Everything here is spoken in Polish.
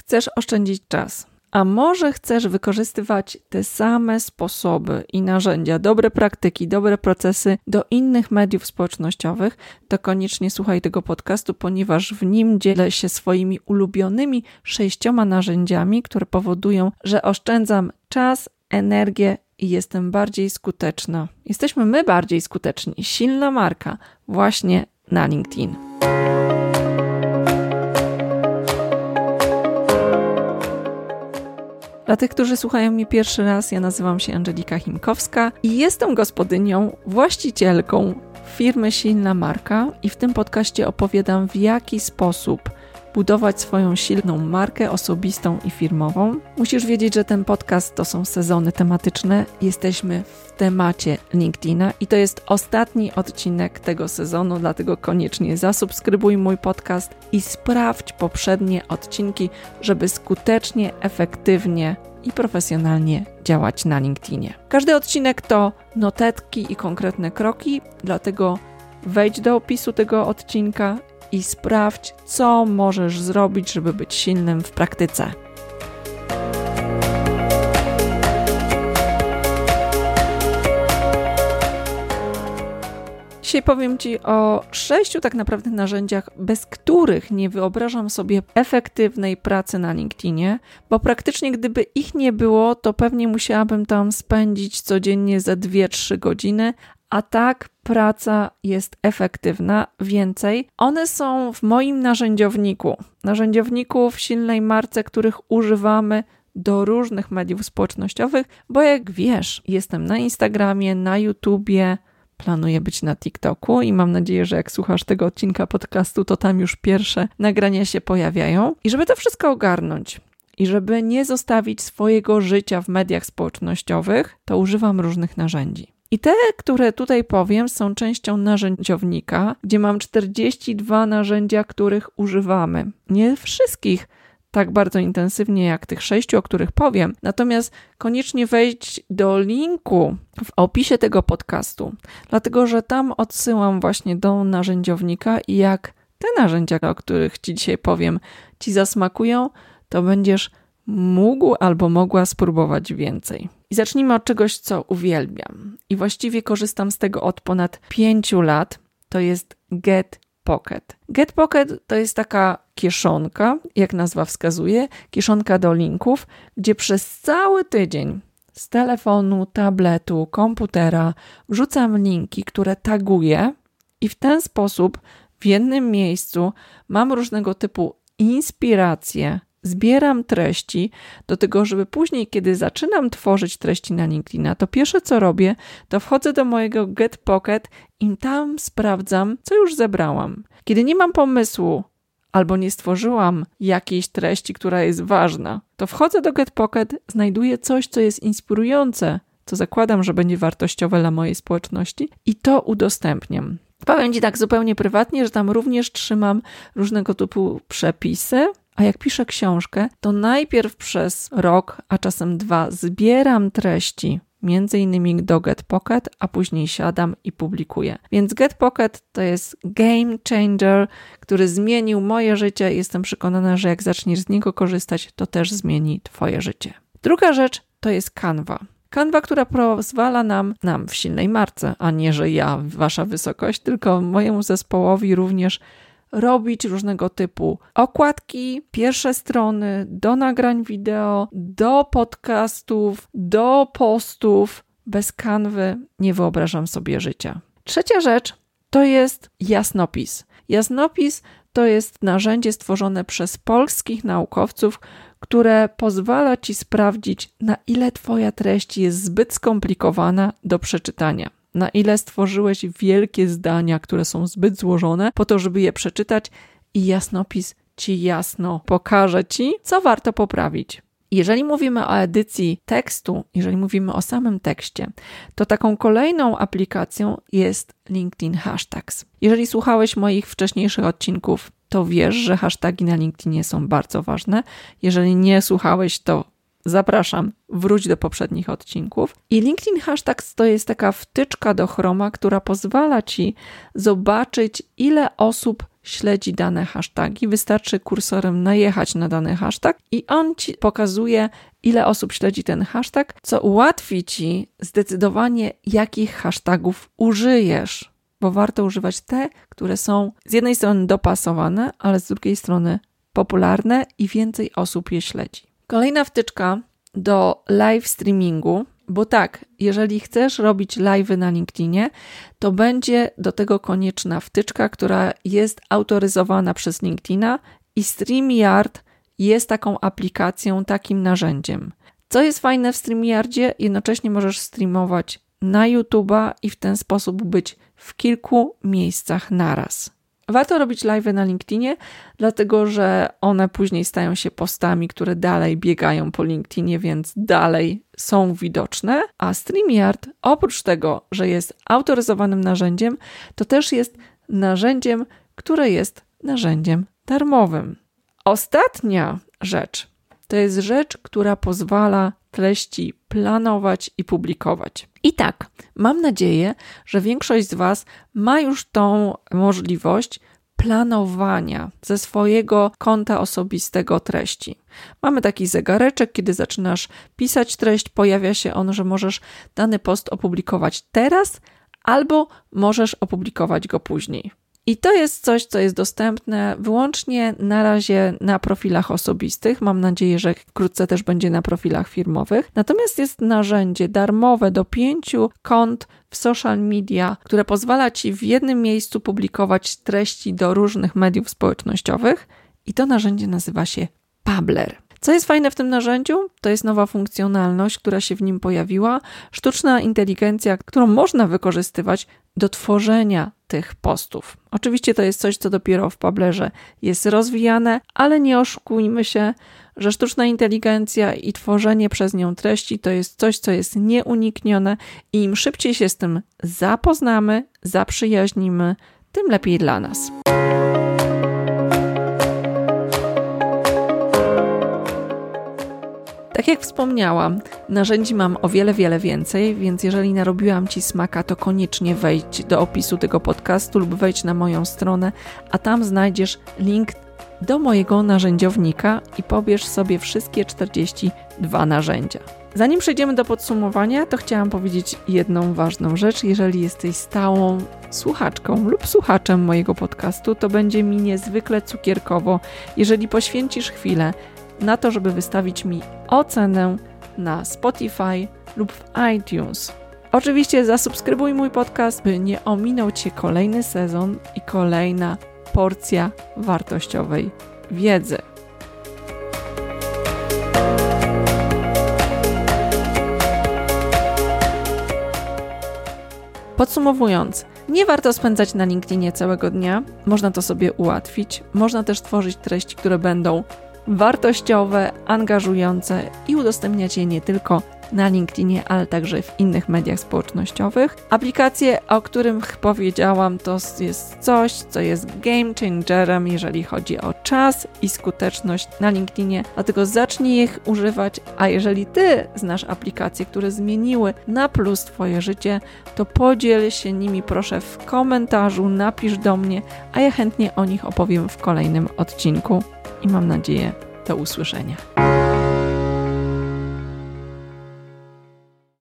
chcesz oszczędzić czas, a może chcesz wykorzystywać te same sposoby i narzędzia, dobre praktyki, dobre procesy do innych mediów społecznościowych, to koniecznie słuchaj tego podcastu, ponieważ w nim dzielę się swoimi ulubionymi 6 narzędziami, które powodują, że oszczędzam czas, energię i jestem bardziej skuteczna. Jesteśmy my bardziej skuteczni. Silna marka właśnie na LinkedIn. Dla tych, którzy słuchają mnie pierwszy raz, ja nazywam się Angelika Chimkowska i jestem gospodynią, właścicielką firmy Silna Marka i w tym podcaście opowiadam, w jaki sposób budować swoją silną markę osobistą i firmową. Musisz wiedzieć, że ten podcast to są sezony tematyczne. Jesteśmy w temacie LinkedIna i to jest ostatni odcinek tego sezonu, dlatego koniecznie zasubskrybuj mój podcast i sprawdź poprzednie odcinki, żeby skutecznie, efektywnie i profesjonalnie działać na LinkedInie. Każdy odcinek to notatki i konkretne kroki, dlatego wejdź do opisu tego odcinka i sprawdź, co możesz zrobić, żeby być silnym w praktyce. Dzisiaj powiem Ci o 6 tak naprawdę narzędziach, bez których nie wyobrażam sobie efektywnej pracy na LinkedInie, bo praktycznie gdyby ich nie było, to pewnie musiałabym tam spędzić codziennie ze 2-3 godziny, a tak praca jest efektywna. Więcej, one są w moim narzędziowniku w silnej marce, których używamy do różnych mediów społecznościowych, bo jak wiesz, jestem na Instagramie, na YouTubie, planuję być na TikToku i mam nadzieję, że jak słuchasz tego odcinka podcastu, to tam już pierwsze nagrania się pojawiają. I żeby to wszystko ogarnąć i żeby nie zostawić swojego życia w mediach społecznościowych, to używam różnych narzędzi. I te, które tutaj powiem, są częścią narzędziownika, gdzie mam 42 narzędzia, których używamy. Nie wszystkich tak bardzo intensywnie jak tych 6, o których powiem. Natomiast koniecznie wejdź do linku w opisie tego podcastu, dlatego że tam odsyłam właśnie do narzędziownika i jak te narzędzia, o których Ci dzisiaj powiem, Ci zasmakują, to będziesz mógł albo mogła spróbować więcej. I zacznijmy od czegoś, co uwielbiam. I właściwie korzystam z tego od ponad 5 lat. To jest Getpocket. Getpocket to jest taka kieszonka, jak nazwa wskazuje, kieszonka do linków, gdzie przez cały tydzień z telefonu, tabletu, komputera wrzucam linki, które taguję i w ten sposób w jednym miejscu mam różnego typu inspiracje, zbieram treści do tego, żeby później, kiedy zaczynam tworzyć treści na LinkedIna, to pierwsze co robię, to wchodzę do mojego Getpocket i tam sprawdzam, co już zebrałam. Kiedy nie mam pomysłu albo nie stworzyłam jakiejś treści, która jest ważna, to wchodzę do Getpocket, znajduję coś, co jest inspirujące, co zakładam, że będzie wartościowe dla mojej społeczności i to udostępniam. Powiem Ci tak zupełnie prywatnie, że tam również trzymam różnego typu przepisy, a jak piszę książkę, to najpierw przez rok, a czasem 2 zbieram treści, między innymi do Getpocket, a później siadam i publikuję. Więc Getpocket to jest game changer, który zmienił moje życie. Jestem przekonana, że jak zaczniesz z niego korzystać, to też zmieni Twoje życie. Druga rzecz to jest Canva. Canva, która pozwala nam w silnej marce, a nie, że ja, Wasza wysokość, tylko mojemu zespołowi również robić różnego typu okładki, pierwsze strony, do nagrań wideo, do podcastów, do postów. Bez Canvy nie wyobrażam sobie życia. Trzecia rzecz to jest Jasnopis. Jasnopis to jest narzędzie stworzone przez polskich naukowców, które pozwala Ci sprawdzić, na ile Twoja treść jest zbyt skomplikowana do przeczytania. Na ile stworzyłeś wielkie zdania, które są zbyt złożone po to, żeby je przeczytać i Jasnopis Ci jasno pokaże Ci, co warto poprawić. Jeżeli mówimy o edycji tekstu, jeżeli mówimy o samym tekście, to taką kolejną aplikacją jest LinkedIn Hashtags. Jeżeli słuchałeś moich wcześniejszych odcinków, to wiesz, że hasztagi na LinkedInie są bardzo ważne. Jeżeli nie słuchałeś, to zapraszam, wróć do poprzednich odcinków. I LinkedIn Hashtags to jest taka wtyczka do Chroma, która pozwala Ci zobaczyć, ile osób śledzi dane hasztagi. Wystarczy kursorem najechać na dany hashtag i on Ci pokazuje, ile osób śledzi ten hashtag, co ułatwi Ci zdecydowanie, jakich hashtagów użyjesz, bo warto używać te, które są z jednej strony dopasowane, ale z drugiej strony popularne i więcej osób je śledzi. Kolejna wtyczka do live streamingu, bo tak, jeżeli chcesz robić live'y na LinkedInie, to będzie do tego konieczna wtyczka, która jest autoryzowana przez LinkedIna i StreamYard jest taką aplikacją, takim narzędziem. Co jest fajne w StreamYardzie? Jednocześnie możesz streamować na YouTube'a i w ten sposób być w kilku miejscach naraz. Warto robić live'y na LinkedInie, dlatego że one później stają się postami, które dalej biegają po LinkedInie, więc dalej są widoczne, a StreamYard oprócz tego, że jest autoryzowanym narzędziem, to też jest narzędziem, które jest narzędziem darmowym. Ostatnia rzecz to jest rzecz, która pozwala treści planować i publikować. I tak, mam nadzieję, że większość z Was ma już tą możliwość planowania ze swojego konta osobistego treści. Mamy taki zegareczek, kiedy zaczynasz pisać treść, pojawia się on, że możesz dany post opublikować teraz albo możesz opublikować go później. I to jest coś, co jest dostępne wyłącznie na razie na profilach osobistych. Mam nadzieję, że wkrótce też będzie na profilach firmowych. Natomiast jest narzędzie darmowe do 5 kont w social media, które pozwala Ci w jednym miejscu publikować treści do różnych mediów społecznościowych i to narzędzie nazywa się Pabler. Co jest fajne w tym narzędziu? To jest nowa funkcjonalność, która się w nim pojawiła. Sztuczna inteligencja, którą można wykorzystywać do tworzenia tych postów. Oczywiście to jest coś, co dopiero w Pablerze jest rozwijane, ale nie oszukujmy się, że sztuczna inteligencja i tworzenie przez nią treści to jest coś, co jest nieuniknione i im szybciej się z tym zapoznamy, zaprzyjaźnimy, tym lepiej dla nas. Tak jak wspomniałam, narzędzi mam o wiele więcej, więc jeżeli narobiłam Ci smaka, to koniecznie wejdź do opisu tego podcastu lub wejdź na moją stronę, a tam znajdziesz link do mojego narzędziownika i pobierz sobie wszystkie 42 narzędzia. Zanim przejdziemy do podsumowania, to chciałam powiedzieć jedną ważną rzecz. Jeżeli jesteś stałą słuchaczką lub słuchaczem mojego podcastu, to będzie mi niezwykle cukierkowo, jeżeli poświęcisz chwilę na to, żeby wystawić mi ocenę na Spotify lub w iTunes. Oczywiście zasubskrybuj mój podcast, by nie ominął Cię kolejny sezon i kolejna porcja wartościowej wiedzy. Podsumowując, nie warto spędzać na LinkedInie całego dnia, można to sobie ułatwić, można też tworzyć treści, które będą wartościowe, angażujące i udostępniać je nie tylko na LinkedInie, ale także w innych mediach społecznościowych. Aplikacje, o których powiedziałam, to jest coś, co jest game changerem, jeżeli chodzi o czas i skuteczność na LinkedInie, dlatego zacznij ich używać, a jeżeli Ty znasz aplikacje, które zmieniły na plus Twoje życie, to podziel się nimi proszę w komentarzu, napisz do mnie, a ja chętnie o nich opowiem w kolejnym odcinku i mam nadzieję do usłyszenia.